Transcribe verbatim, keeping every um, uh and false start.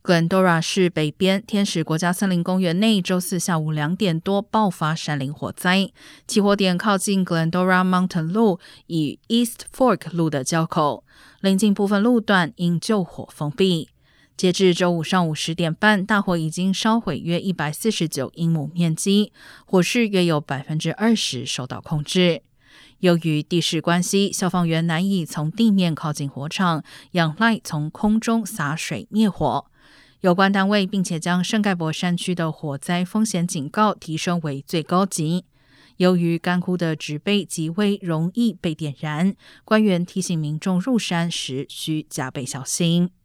Glendora 市北边天使国家森林公园内周四下午两点多爆发山林火灾，起火点靠近 Glendora Mountain 路与 East Fork 路的交口，邻近部分路段因救火封闭。截至周五上午十点半，大火已经烧毁约一百四十九英亩面积，火势约有 百分之二十 受到控制。由于地势关系，消防员难以从地面靠近火场，仰赖从空中洒水灭火。有关单位并且将圣盖博山区的火灾风险警告提升为最高级。由于干枯的植被极为容易被点燃，官员提醒民众入山时需加倍小心。